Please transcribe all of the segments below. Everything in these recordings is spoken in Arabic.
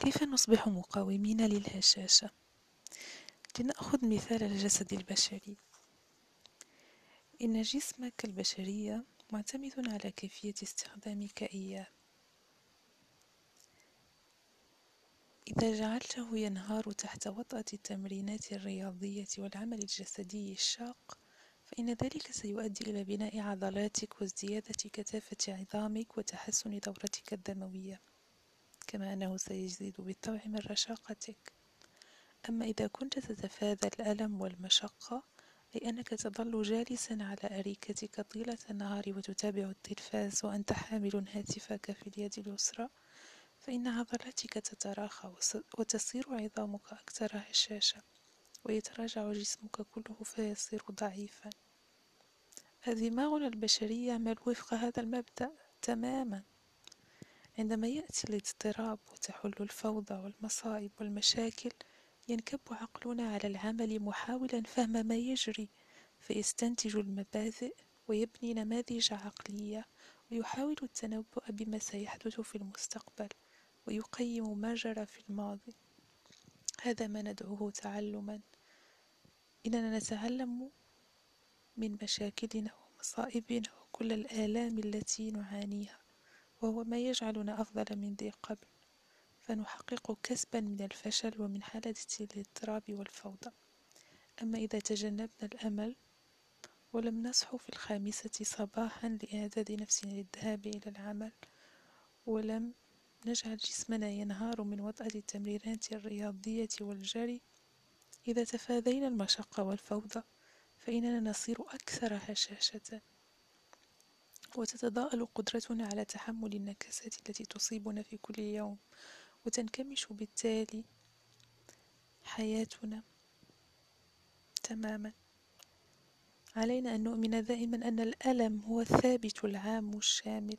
كيف نصبح مقاومين للهشاشة؟ لنأخذ مثال الجسد البشري. إن جسمك البشري معتمد على كيفية استخدامك إياه. إذا جعلته ينهار تحت وطأة التمرينات الرياضية والعمل الجسدي الشاق، فإن ذلك سيؤدي إلى بناء عضلاتك وازدياد كثافة عظامك وتحسن دورتك الدموية، كما أنه سيزيد بالطبع من رشاقتك. أما إذا كنت تتفادى الألم والمشقة، أي أنك تظل جالسا على أريكتك طيلة النهار وتتابع التلفاز وأنت حامل هاتفك في اليد اليسرى، فإن عضلاتك تتراخى وتصير عظامك أكثر هشاشة، ويتراجع جسمك كله فيصير ضعيفا. دماغنا البشري يعمل وفق هذا المبدأ تماما. عندما يأتي الاضطراب وتحل الفوضى والمصائب والمشاكل، ينكب عقلنا على العمل محاولا فهم ما يجري، فيستنتج المبادئ ويبني نماذج عقلية، ويحاول التنبؤ بما سيحدث في المستقبل، ويقيم ما جرى في الماضي. هذا ما ندعوه تعلما. إننا نتعلم من مشاكلنا ومصائبنا وكل الآلام التي نعانيها، وهو ما يجعلنا أفضل من ذي قبل، فنحقق كسبا من الفشل ومن حالة الاضطراب والفوضى. أما إذا تجنبنا الأمل ولم نصحو في 5 صباحا لإعداد نفسنا للذهاب إلى العمل، ولم نجعل جسمنا ينهار من وطأة التمرينات الرياضية والجري، إذا تفادينا المشقة والفوضى فإننا نصير أكثر هشاشة، وتتضاءل قدرتنا على تحمل النكسات التي تصيبنا في كل يوم، وتنكمش بالتالي حياتنا تماما. علينا أن نؤمن دائما أن الألم هو الثابت العام الشامل،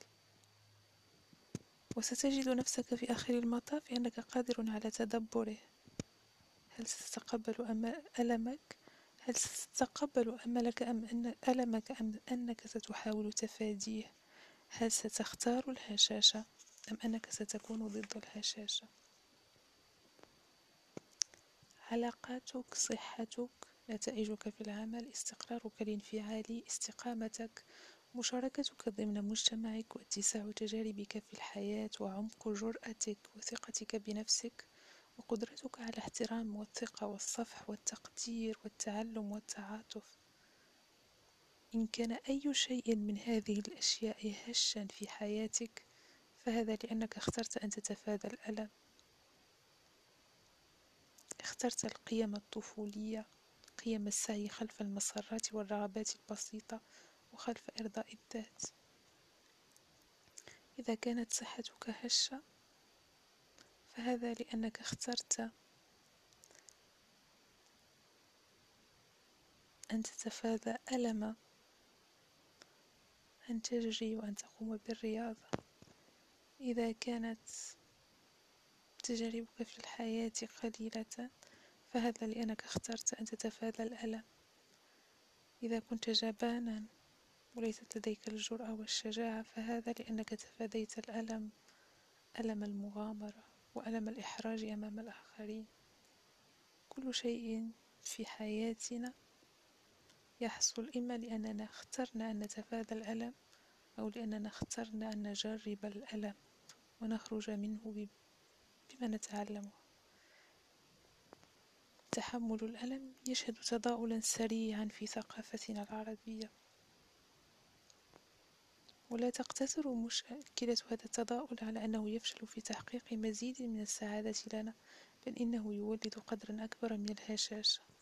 وستجد نفسك في آخر المطاف أنك قادر على تدبره. هل ستتقبل ألمك؟ هل ستتقبل أملك أم أن ألمك أم أنك ستحاول تفاديه؟ هل ستختار الهشاشة أم أنك ستكون ضد الهشاشة؟ علاقاتك، صحتك، نتائجك في العمل، استقرارك الانفعالي، استقامتك، مشاركتك ضمن مجتمعك، واتساع تجاربك في الحياة، وعمق جرأتك وثقتك بنفسك، وقدرتك على احترام والثقة والصفح والتقدير والتعلم والتعاطف. إن كان أي شيء من هذه الأشياء هشا في حياتك، فهذا لأنك اخترت أن تتفادى الألم. اخترت القيم الطفولية، قيم السعي خلف المسارات والرغبات البسيطة وخلف إرضاء الذات. إذا كانت صحتك هشة، فهذا لأنك اخترت أن تتفادى ألم أن تجري وأن تقوم بالرياضة. إذا كانت تجاربك في الحياة قليلة، فهذا لأنك اخترت أن تتفادى الألم. إذا كنت جبانا وليست لديك الجرأة والشجاعة، فهذا لأنك تفاديت الألم، ألم المغامرة وألم الإحراج أمام الآخرين. كل شيء في حياتنا يحصل إما لأننا اخترنا أن نتفادى الألم، أو لأننا اخترنا أن نجرب الألم ونخرج منه بما نتعلمه. تحمل الألم يشهد تضاؤلا سريعا في ثقافتنا العربية، ولا تقتصر مشكلة هذا التضاؤل على أنه يفشل في تحقيق مزيد من السعادة لنا، بل إنه يولد قدرا أكبر من الهشاشة.